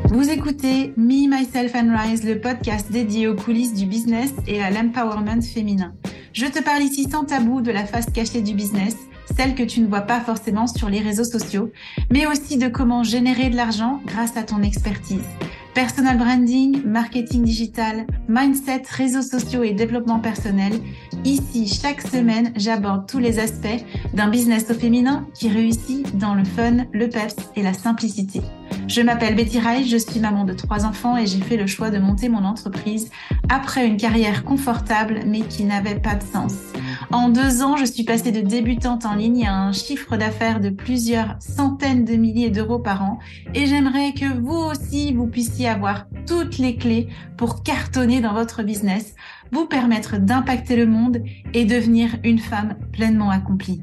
Vous écoutez Me, Myself and Rise, le podcast dédié aux coulisses du business et à l'empowerment féminin. Je te parle ici sans tabou de la face cachée du business, celle que tu ne vois pas forcément sur les réseaux sociaux, mais aussi de comment générer de l'argent grâce à ton expertise. Personal branding, marketing digital, mindset, réseaux sociaux et développement personnel. Ici, chaque semaine, j'aborde tous les aspects d'un business au féminin qui réussit dans le fun, le peps et la simplicité. Je m'appelle Betty Rice, je suis maman de 3 enfants et j'ai fait le choix de monter mon entreprise après une carrière confortable mais qui n'avait pas de sens. En 2 ans, je suis passée de débutante en ligne à un chiffre d'affaires de plusieurs centaines de milliers d'euros par an et j'aimerais que vous aussi, vous puissiez avoir toutes les clés pour cartonner dans votre business, vous permettre d'impacter le monde et devenir une femme pleinement accomplie.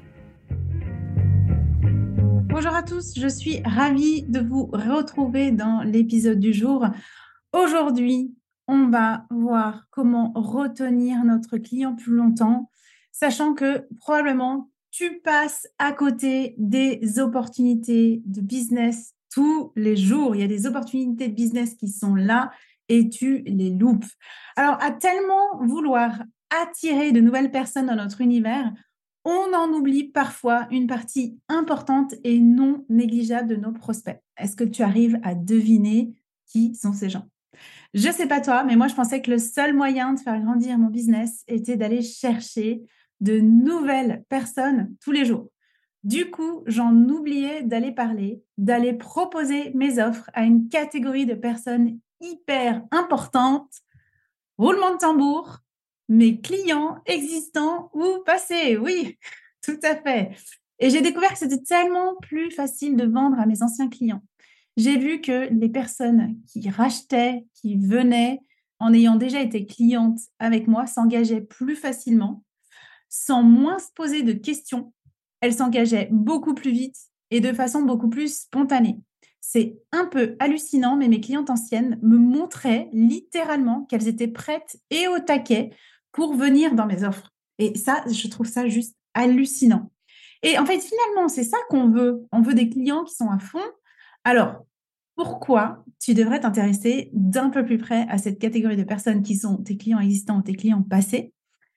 Bonjour à tous, je suis ravie de vous retrouver dans l'épisode du jour. Aujourd'hui, on va voir comment retenir notre client plus longtemps, sachant que probablement tu passes à côté des opportunités de business tous les jours. Il y a des opportunités de business qui sont là et tu les loupes. Alors, à tellement vouloir attirer de nouvelles personnes dans notre univers, on en oublie parfois une partie importante et non négligeable de nos prospects. Est-ce que tu arrives à deviner qui sont ces gens ? Je ne sais pas toi, mais moi, je pensais que le seul moyen de faire grandir mon business était d'aller chercher de nouvelles personnes tous les jours. Du coup, j'en oubliais d'aller parler, d'aller proposer mes offres à une catégorie de personnes hyper importantes. Roulement de tambour, mes clients existants ou passés, oui, tout à fait. Et j'ai découvert que c'était tellement plus facile de vendre à mes anciens clients. J'ai vu que les personnes qui rachetaient, qui venaient, en ayant déjà été clientes avec moi, s'engageaient plus facilement, sans moins se poser de questions. Elles s'engageaient beaucoup plus vite et de façon beaucoup plus spontanée. C'est un peu hallucinant, mais mes clientes anciennes me montraient littéralement qu'elles étaient prêtes et au taquet pour venir dans mes offres. Et ça, je trouve ça juste hallucinant. Et en fait, finalement, c'est ça qu'on veut. On veut des clients qui sont à fond. Alors, pourquoi tu devrais t'intéresser d'un peu plus près à cette catégorie de personnes qui sont tes clients existants ou tes clients passés ?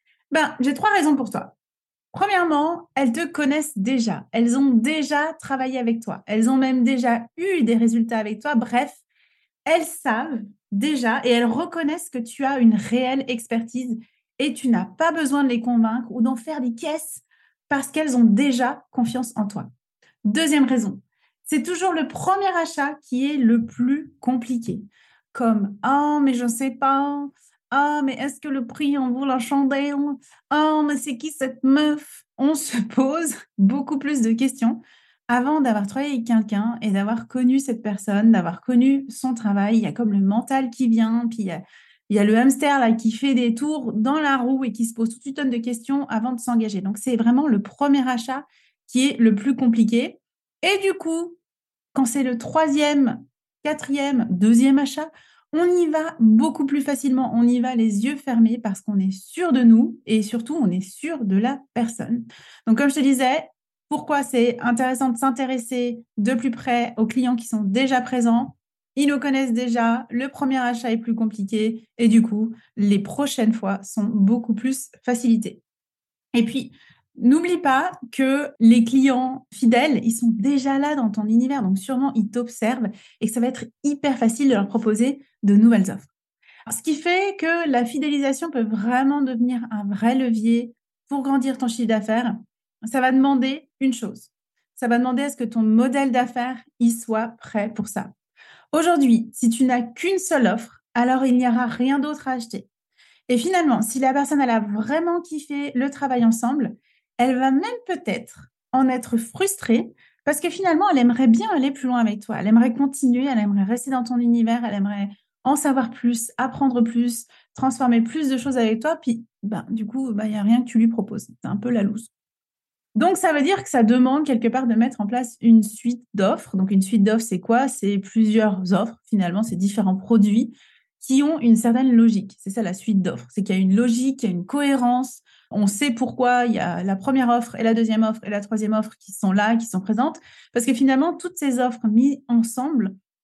J'ai 3 raisons pour toi. Premièrement, elles te connaissent déjà. Elles ont déjà travaillé avec toi. Elles ont même déjà eu des résultats avec toi. Bref, elles savent déjà et elles reconnaissent que tu as une réelle expertise et tu n'as pas besoin de les convaincre ou d'en faire des caisses parce qu'elles ont déjà confiance en toi. Deuxième raison, c'est toujours le premier achat qui est le plus compliqué. Comme « Oh, mais je ne sais pas. Ah, mais est-ce que le prix en vaut la chandelle? Oh, mais c'est qui cette meuf ?» On se pose beaucoup plus de questions avant d'avoir travaillé avec quelqu'un et d'avoir connu cette personne, d'avoir connu son travail. Il y a comme le mental qui vient, puis il y a le hamster là, qui fait des tours dans la roue et qui se pose toute une tonne de questions avant de s'engager. Donc, c'est vraiment le premier achat qui est le plus compliqué. Et du coup, quand c'est le 3e, 4e, 2e achat, on y va beaucoup plus facilement. On y va les yeux fermés parce qu'on est sûr de nous et surtout, on est sûr de la personne. Donc, comme je te disais, pourquoi c'est intéressant de s'intéresser de plus près aux clients qui sont déjà présents? Ils nous connaissent déjà, le premier achat est plus compliqué et du coup, les prochaines fois sont beaucoup plus facilitées. Et puis, n'oublie pas que les clients fidèles, ils sont déjà là dans ton univers, donc sûrement ils t'observent et que ça va être hyper facile de leur proposer de nouvelles offres. Alors, ce qui fait que la fidélisation peut vraiment devenir un vrai levier pour grandir ton chiffre d'affaires. Ça va demander une chose. Ça va demander à ce que ton modèle d'affaires y soit prêt pour ça. Aujourd'hui, si tu n'as qu'une seule offre, alors il n'y aura rien d'autre à acheter. Et finalement, si la personne elle a vraiment kiffé le travail ensemble, elle va même peut-être en être frustrée parce que finalement, elle aimerait bien aller plus loin avec toi. Elle aimerait continuer, elle aimerait rester dans ton univers, elle aimerait en savoir plus, apprendre plus, transformer plus de choses avec toi. Puis, du coup, il n'y a rien que tu lui proposes. C'est un peu la loose. Donc, ça veut dire que ça demande quelque part de mettre en place une suite d'offres. Donc, une suite d'offres, c'est quoi? C'est plusieurs offres, finalement, c'est différents produits qui ont une certaine logique. C'est ça la suite d'offres. C'est qu'il y a une logique, il y a une cohérence. On sait pourquoi il y a la première offre et la deuxième offre et la troisième offre qui sont là, qui sont présentes. Parce que finalement, toutes ces offres mises ensemble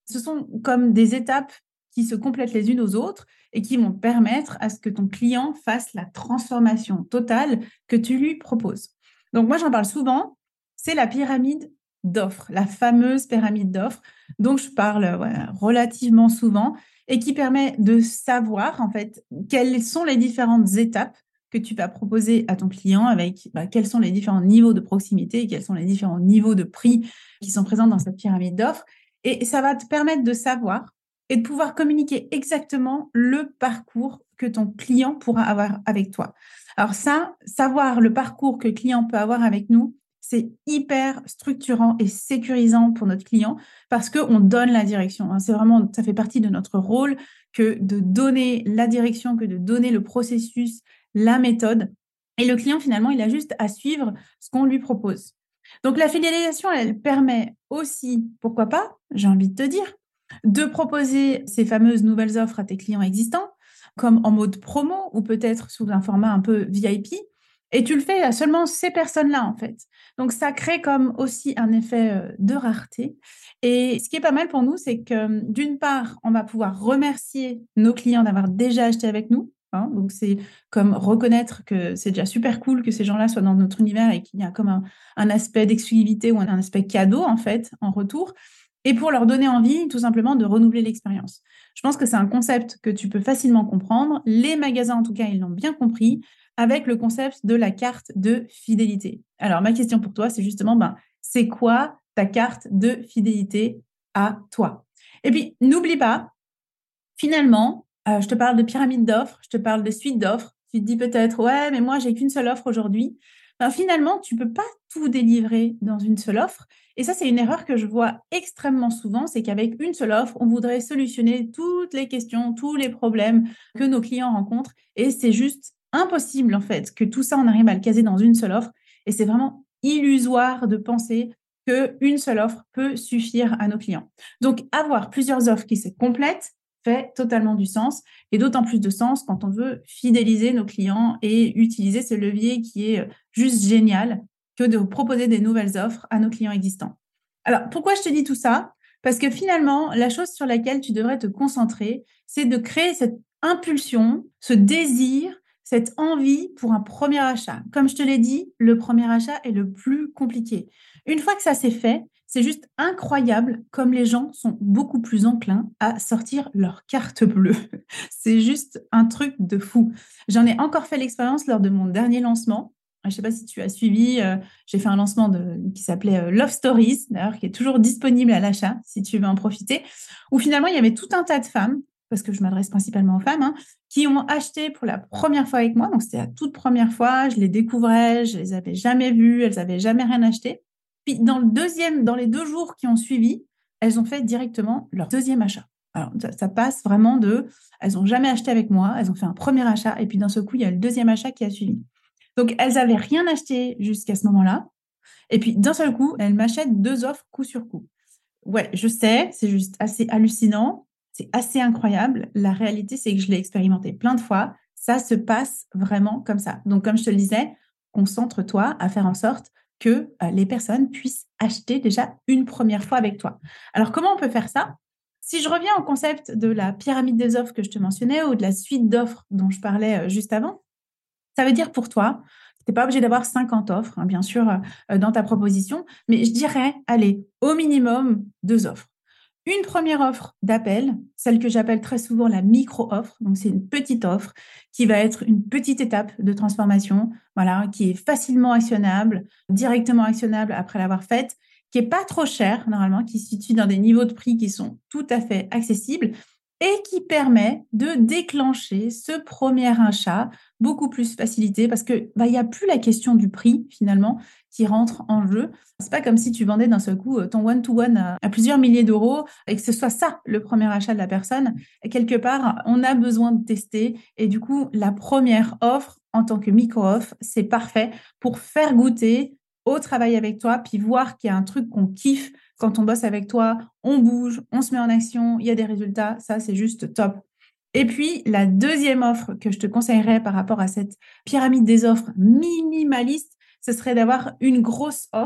Ce sont comme des étapes qui se complètent les unes aux autres et qui vont permettre à ce que ton client fasse la transformation totale que tu lui proposes. Donc moi, j'en parle souvent, c'est la pyramide d'offres, la fameuse pyramide d'offres dont je parle relativement souvent et qui permet de savoir en fait quelles sont les différentes étapes que tu vas proposer à ton client avec quels sont les différents niveaux de proximité et quels sont les différents niveaux de prix qui sont présents dans cette pyramide d'offres. Et ça va te permettre de savoir et de pouvoir communiquer exactement le parcours que ton client pourra avoir avec toi. Alors ça, savoir le parcours que le client peut avoir avec nous, c'est hyper structurant et sécurisant pour notre client parce qu'on donne la direction. C'est vraiment, ça fait partie de notre rôle que de donner la direction, que de donner le processus, la méthode. Et le client, finalement, il a juste à suivre ce qu'on lui propose. Donc, la fidélisation, elle permet aussi, pourquoi pas, j'ai envie de te dire, de proposer ces fameuses nouvelles offres à tes clients existants, comme en mode promo ou peut-être sous un format un peu VIP. Et tu le fais à seulement ces personnes-là, en fait. Donc, ça crée comme aussi un effet de rareté. Et ce qui est pas mal pour nous, c'est que d'une part, on va pouvoir remercier nos clients d'avoir déjà acheté avec nous. Hein, donc, c'est comme reconnaître que c'est déjà super cool que ces gens-là soient dans notre univers et qu'il y a comme un aspect d'exclusivité ou un aspect cadeau, en fait, en retour. Et pour leur donner envie, tout simplement, de renouveler l'expérience. Je pense que c'est un concept que tu peux facilement comprendre. Les magasins, en tout cas, ils l'ont bien compris avec le concept de la carte de fidélité. Alors, ma question pour toi, c'est justement, c'est quoi ta carte de fidélité à toi? Et puis, n'oublie pas, finalement, je te parle de pyramide d'offres, je te parle de suite d'offres. Tu te dis peut-être, ouais, mais moi, j'ai qu'une seule offre aujourd'hui. Finalement, tu ne peux pas tout délivrer dans une seule offre. Et ça, c'est une erreur que je vois extrêmement souvent, c'est qu'avec une seule offre, on voudrait solutionner toutes les questions, tous les problèmes que nos clients rencontrent. Et c'est juste impossible, en fait, que tout ça, on arrive à le caser dans une seule offre. Et c'est vraiment illusoire de penser qu'une seule offre peut suffire à nos clients. Donc, avoir plusieurs offres qui se complètent fait totalement du sens et d'autant plus de sens quand on veut fidéliser nos clients et utiliser ce levier qui est juste génial que de proposer des nouvelles offres à nos clients existants. Alors, pourquoi je te dis tout ça? Parce que finalement, la chose sur laquelle tu devrais te concentrer, c'est de créer cette impulsion, ce désir, cette envie pour un premier achat. Comme je te l'ai dit, le premier achat est le plus compliqué. Une fois que ça s'est fait, c'est juste incroyable comme les gens sont beaucoup plus enclins à sortir leur carte bleue. C'est juste un truc de fou. J'en ai encore fait l'expérience lors de mon dernier lancement. Je ne sais pas si tu as suivi, j'ai fait un lancement qui s'appelait Love Stories, d'ailleurs, qui est toujours disponible à l'achat si tu veux en profiter, où finalement il y avait tout un tas de femmes, parce que je m'adresse principalement aux femmes, qui ont acheté pour la première fois avec moi. Donc c'était la toute première fois, je les découvrais, je les avais jamais vues, elles n'avaient jamais rien acheté. Puis dans les 2 jours qui ont suivi, elles ont fait directement leur deuxième achat. Alors, ça passe vraiment elles n'ont jamais acheté avec moi, elles ont fait un premier achat, et puis d'un seul coup, il y a le deuxième achat qui a suivi. Donc, elles n'avaient rien acheté jusqu'à ce moment-là, et puis d'un seul coup, elles m'achètent 2 offres coup sur coup. Ouais, je sais, c'est juste assez hallucinant, c'est assez incroyable. La réalité, c'est que je l'ai expérimenté plein de fois. Ça se passe vraiment comme ça. Donc, comme je te le disais, concentre-toi à faire en sorte que les personnes puissent acheter déjà une première fois avec toi. Alors, comment on peut faire ça? Si je reviens au concept de la pyramide des offres que je te mentionnais ou de la suite d'offres dont je parlais juste avant, ça veut dire pour toi, tu n'es pas obligé d'avoir 50 offres, bien sûr, dans ta proposition, mais je dirais, allez, au minimum 2 offres. Une première offre d'appel, celle que j'appelle très souvent la micro-offre. Donc, c'est une petite offre qui va être une petite étape de transformation, voilà, qui est facilement actionnable, directement actionnable après l'avoir faite, qui n'est pas trop chère, normalement, qui se situe dans des niveaux de prix qui sont tout à fait accessibles et qui permet de déclencher ce premier achat beaucoup plus facilité parce que il n'y a plus la question du prix finalement qui rentre en jeu. C'est pas comme si tu vendais d'un seul coup ton one-to-one à plusieurs milliers d'euros et que ce soit ça le premier achat de la personne. Et quelque part, on a besoin de tester et du coup, la première offre en tant que micro-offre, c'est parfait pour faire goûter au travail avec toi puis voir qu'il y a un truc qu'on kiffe quand on bosse avec toi, on bouge, on se met en action, il y a des résultats, ça c'est juste top. Et puis, la deuxième offre que je te conseillerais par rapport à cette pyramide des offres minimaliste, ce serait d'avoir une grosse offre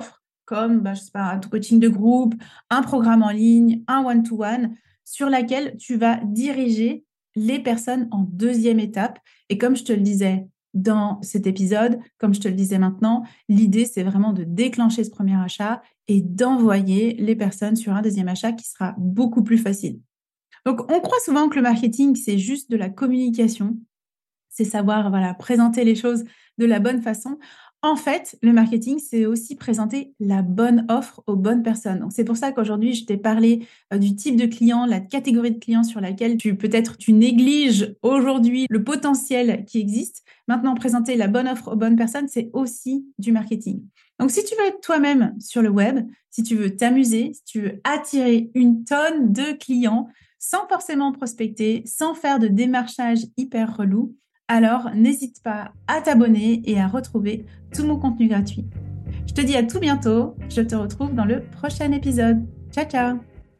comme je sais pas, un coaching de groupe, un programme en ligne, un one-to-one, sur laquelle tu vas diriger les personnes en deuxième étape. Et comme je te le disais dans cet épisode, comme je te le disais maintenant, l'idée, c'est vraiment de déclencher ce premier achat et d'envoyer les personnes sur un deuxième achat qui sera beaucoup plus facile. Donc, on croit souvent que le marketing, c'est juste de la communication, c'est savoir présenter les choses de la bonne façon. En fait, le marketing, c'est aussi présenter la bonne offre aux bonnes personnes. Donc, c'est pour ça qu'aujourd'hui, je t'ai parlé du type de client, la catégorie de clients sur laquelle tu négliges aujourd'hui le potentiel qui existe. Maintenant, présenter la bonne offre aux bonnes personnes, c'est aussi du marketing. Donc, si tu veux être toi-même sur le web, si tu veux t'amuser, si tu veux attirer une tonne de clients sans forcément prospecter, sans faire de démarchage hyper relou, alors n'hésite pas à t'abonner et à retrouver tout mon contenu gratuit. Je te dis à tout bientôt, je te retrouve dans le prochain épisode. Ciao, ciao!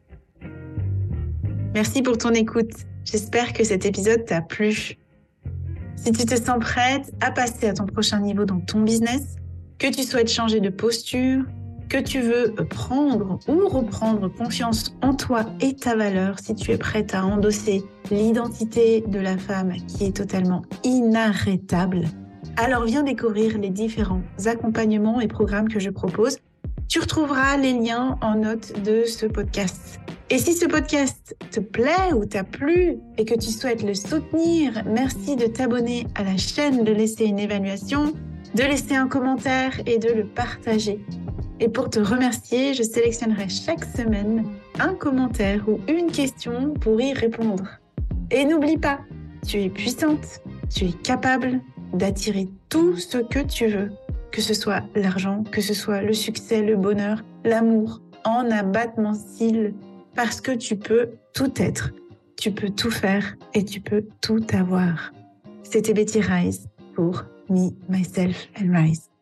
Merci pour ton écoute. J'espère que cet épisode t'a plu. Si tu te sens prête à passer à ton prochain niveau dans ton business, que tu souhaites changer de posture, que tu veux prendre ou reprendre confiance en toi et ta valeur, si tu es prête à endosser l'identité de la femme qui est totalement inarrêtable, alors viens découvrir les différents accompagnements et programmes que je propose. Tu retrouveras les liens en note de ce podcast. Et si ce podcast te plaît ou t'a plu et que tu souhaites le soutenir, merci de t'abonner à la chaîne, de laisser une évaluation, de laisser un commentaire et de le partager. Et pour te remercier, je sélectionnerai chaque semaine un commentaire ou une question pour y répondre. Et n'oublie pas, tu es puissante, tu es capable d'attirer tout ce que tu veux, que ce soit l'argent, que ce soit le succès, le bonheur, l'amour, en abattement de cils, parce que tu peux tout être, tu peux tout faire et tu peux tout avoir. C'était Betty Rise pour Me, Myself and Rise.